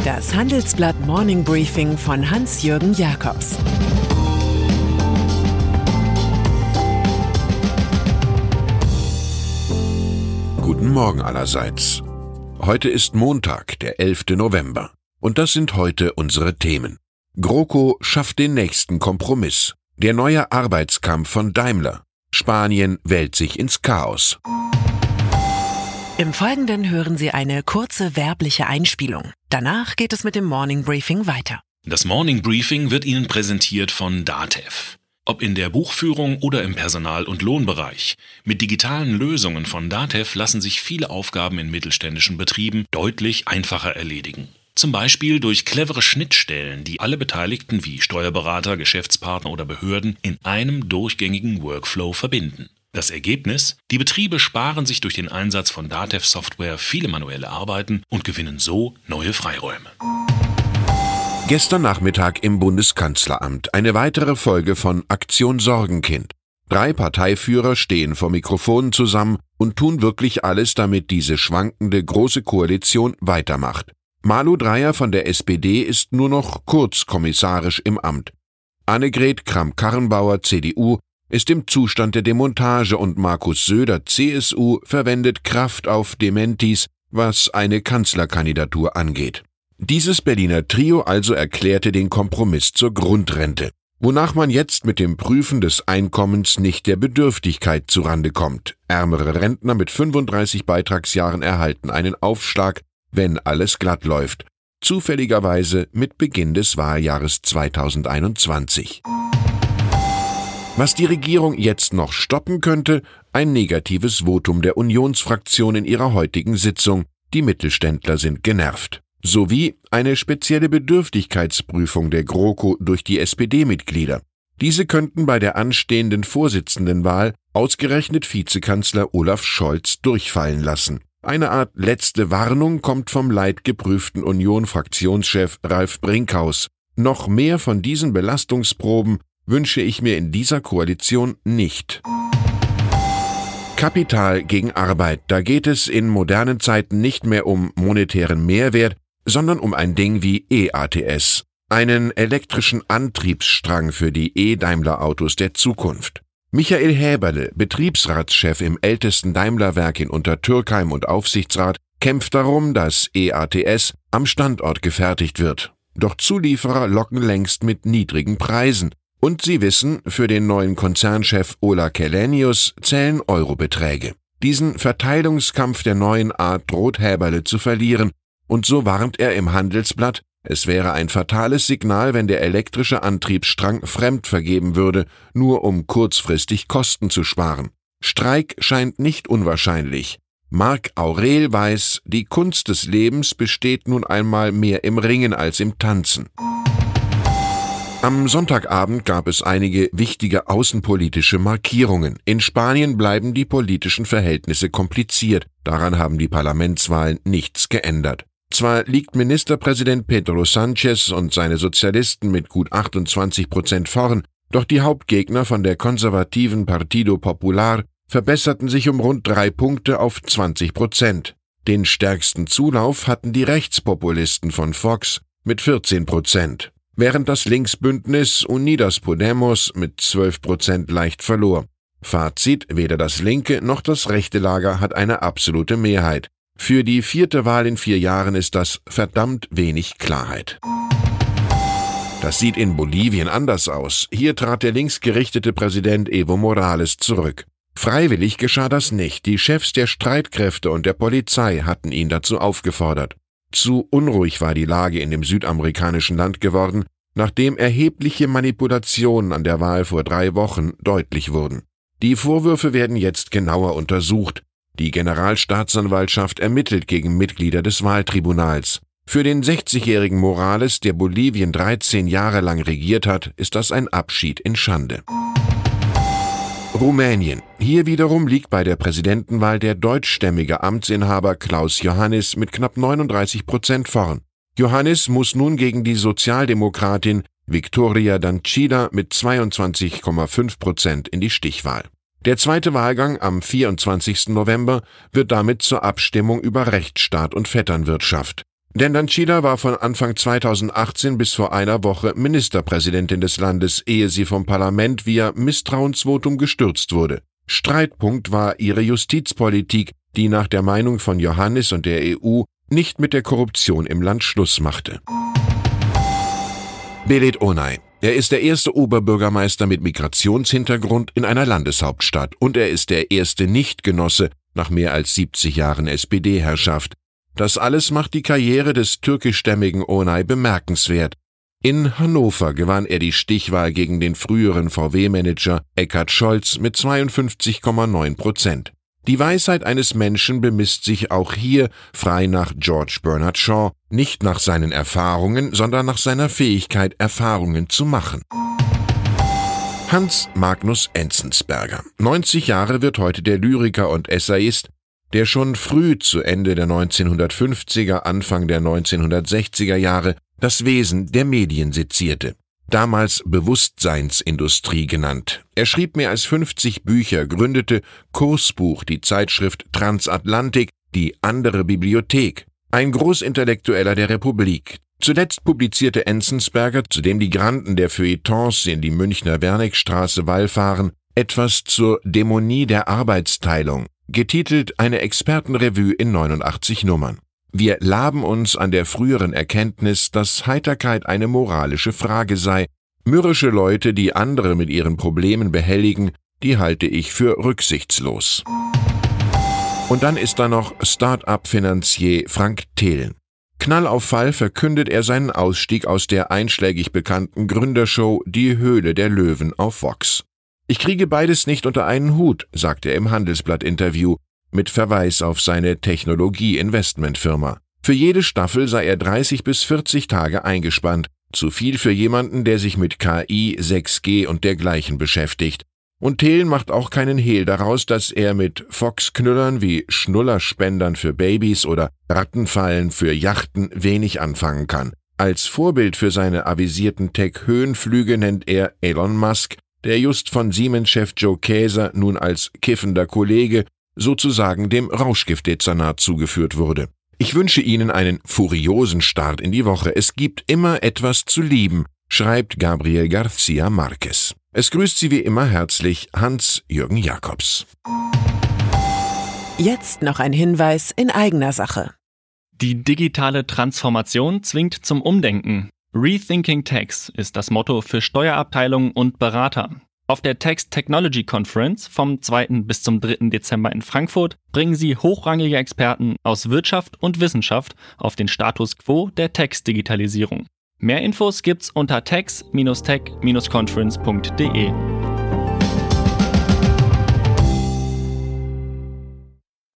Das Handelsblatt Morning Briefing von Hans-Jürgen Jakobs. Guten Morgen allerseits. Heute ist Montag, der 11. November. Und das sind heute unsere Themen. GroKo schafft den nächsten Kompromiss. Der neue Arbeitskampf von Daimler. Spanien wälzt sich ins Chaos. Im Folgenden hören Sie eine kurze werbliche Einspielung. Danach geht es mit dem Morning Briefing weiter. Das Morning Briefing wird Ihnen präsentiert von DATEV. Ob in der Buchführung oder im Personal- und Lohnbereich. Mit digitalen Lösungen von DATEV lassen sich viele Aufgaben in mittelständischen Betrieben deutlich einfacher erledigen. Zum Beispiel durch clevere Schnittstellen, die alle Beteiligten wie Steuerberater, Geschäftspartner oder Behörden in einem durchgängigen Workflow verbinden. Das Ergebnis? Die Betriebe sparen sich durch den Einsatz von DATEV-Software viele manuelle Arbeiten und gewinnen so neue Freiräume. Gestern Nachmittag im Bundeskanzleramt eine weitere Folge von Aktion Sorgenkind. 3 Parteiführer stehen vor Mikrofonen zusammen und tun wirklich alles, damit diese schwankende Große Koalition weitermacht. Malu Dreyer von der SPD ist nur noch kurz kommissarisch im Amt. Annegret Kramp-Karrenbauer, CDU, ist im Zustand der Demontage und Markus Söder, CSU, verwendet Kraft auf Dementis, was eine Kanzlerkandidatur angeht. Dieses Berliner Trio also erklärte den Kompromiss zur Grundrente, wonach man jetzt mit dem Prüfen des Einkommens nicht der Bedürftigkeit zurande kommt. Ärmere Rentner mit 35 Beitragsjahren erhalten einen Aufschlag, wenn alles glatt läuft, zufälligerweise mit Beginn des Wahljahres 2021. Was die Regierung jetzt noch stoppen könnte, ein negatives Votum der Unionsfraktion in ihrer heutigen Sitzung. Die Mittelständler sind genervt. Sowie eine spezielle Bedürftigkeitsprüfung der GroKo durch die SPD-Mitglieder. Diese könnten bei der anstehenden Vorsitzendenwahl ausgerechnet Vizekanzler Olaf Scholz durchfallen lassen. Eine Art letzte Warnung kommt vom leidgeprüften Union-Fraktionschef Ralf Brinkhaus. Noch mehr von diesen Belastungsproben wünsche ich mir in dieser Koalition nicht. Kapital gegen Arbeit. Da geht es in modernen Zeiten nicht mehr um monetären Mehrwert, sondern um ein Ding wie E-ATS, einen elektrischen Antriebsstrang für die E-Daimler-Autos der Zukunft. Michael Häberle, Betriebsratschef im ältesten Daimler-Werk in Untertürkheim und Aufsichtsrat, kämpft darum, dass E-ATS am Standort gefertigt wird. Doch Zulieferer locken längst mit niedrigen Preisen. Und sie wissen, für den neuen Konzernchef Ola Källenius zählen Eurobeträge. Diesen Verteilungskampf der neuen Art droht Häberle zu verlieren, und so warnt er im Handelsblatt, es wäre ein fatales Signal, wenn der elektrische Antriebsstrang fremd vergeben würde, nur um kurzfristig Kosten zu sparen. Streik scheint nicht unwahrscheinlich. Marc Aurel weiß, die Kunst des Lebens besteht nun einmal mehr im Ringen als im Tanzen. Am Sonntagabend gab es einige wichtige außenpolitische Markierungen. In Spanien bleiben die politischen Verhältnisse kompliziert. Daran haben die Parlamentswahlen nichts geändert. Zwar liegt Ministerpräsident Pedro Sánchez und seine Sozialisten mit gut 28% vorn, doch die Hauptgegner von der konservativen Partido Popular verbesserten sich um rund 3 Punkte auf 20%. Den stärksten Zulauf hatten die Rechtspopulisten von Vox mit 14%. Während das Linksbündnis Unidas Podemos mit 12% leicht verlor. Fazit: Weder das linke noch das rechte Lager hat eine absolute Mehrheit. Für die 4. Wahl in 4 Jahren ist das verdammt wenig Klarheit. Das sieht in Bolivien anders aus. Hier trat der linksgerichtete Präsident Evo Morales zurück. Freiwillig geschah das nicht. Die Chefs der Streitkräfte und der Polizei hatten ihn dazu aufgefordert. Zu unruhig war die Lage in dem südamerikanischen Land geworden, nachdem erhebliche Manipulationen an der Wahl vor 3 Wochen deutlich wurden. Die Vorwürfe werden jetzt genauer untersucht. Die Generalstaatsanwaltschaft ermittelt gegen Mitglieder des Wahltribunals. Für den 60-jährigen Morales, der Bolivien 13 Jahre lang regiert hat, ist das ein Abschied in Schande. Rumänien. Hier wiederum liegt bei der Präsidentenwahl der deutschstämmige Amtsinhaber Klaus Iohannis mit knapp 39% vorn. Iohannis muss nun gegen die Sozialdemokratin Victoria Dancila mit 22,5% in die Stichwahl. Der zweite Wahlgang am 24. November wird damit zur Abstimmung über Rechtsstaat und Vetternwirtschaft. Denn Danchila war von Anfang 2018 bis vor einer Woche Ministerpräsidentin des Landes, ehe sie vom Parlament via Misstrauensvotum gestürzt wurde. Streitpunkt war ihre Justizpolitik, die nach der Meinung von Iohannis und der EU nicht mit der Korruption im Land Schluss machte. Berit Onay. Er ist der erste Oberbürgermeister mit Migrationshintergrund in einer Landeshauptstadt und er ist der erste Nichtgenosse nach mehr als 70 Jahren SPD-Herrschaft. Das alles macht die Karriere des türkischstämmigen Onay bemerkenswert. In Hannover gewann er die Stichwahl gegen den früheren VW-Manager Eckhard Scholz mit 52,9%. Die Weisheit eines Menschen bemisst sich auch hier, frei nach George Bernard Shaw, nicht nach seinen Erfahrungen, sondern nach seiner Fähigkeit, Erfahrungen zu machen. Hans Magnus Enzensberger. 90 Jahre wird heute der Lyriker und Essayist, der schon früh zu Ende der 1950er, Anfang der 1960er Jahre das Wesen der Medien sezierte. Damals Bewusstseinsindustrie genannt. Er schrieb mehr als 50 Bücher, gründete Kursbuch, die Zeitschrift Transatlantik, die andere Bibliothek. Ein Großintellektueller der Republik. Zuletzt publizierte Enzensberger, zu dem die Granden der Feuilletons in die Münchner Wernickstraße wallfahren, etwas zur Dämonie der Arbeitsteilung, getitelt eine Expertenrevue in 89 Nummern. Wir laben uns an der früheren Erkenntnis, dass Heiterkeit eine moralische Frage sei. Mürrische Leute, die andere mit ihren Problemen behelligen, die halte ich für rücksichtslos. Und dann ist da noch Start-up-Finanzier Frank Thelen. Knall auf Fall verkündet er seinen Ausstieg aus der einschlägig bekannten Gründershow Die Höhle der Löwen auf Vox. Ich kriege beides nicht unter einen Hut, sagt er im Handelsblatt-Interview, mit Verweis auf seine Technologie-Investmentfirma. Für jede Staffel sei er 30 bis 40 Tage eingespannt, zu viel für jemanden, der sich mit KI, 6G und dergleichen beschäftigt. Und Thelen macht auch keinen Hehl daraus, dass er mit Fox-Knüllern wie Schnullerspendern für Babys oder Rattenfallen für Yachten wenig anfangen kann. Als Vorbild für seine avisierten Tech-Höhenflüge nennt er Elon Musk, der just von Siemens-Chef Joe Käser nun als kiffender Kollege sozusagen dem Rauschgiftdezernat zugeführt wurde. Ich wünsche Ihnen einen furiosen Start in die Woche. Es gibt immer etwas zu lieben, schreibt Gabriel García Márquez. Es grüßt Sie wie immer herzlich Hans-Jürgen Jakobs. Jetzt noch ein Hinweis in eigener Sache. Die digitale Transformation zwingt zum Umdenken. Rethinking Tax ist das Motto für Steuerabteilungen und Berater. Auf der Tax Technology Conference vom 2. bis zum 3. Dezember in Frankfurt bringen sie hochrangige Experten aus Wirtschaft und Wissenschaft auf den Status quo der Tax-Digitalisierung. Mehr Infos gibt's unter tax-tech-conference.de.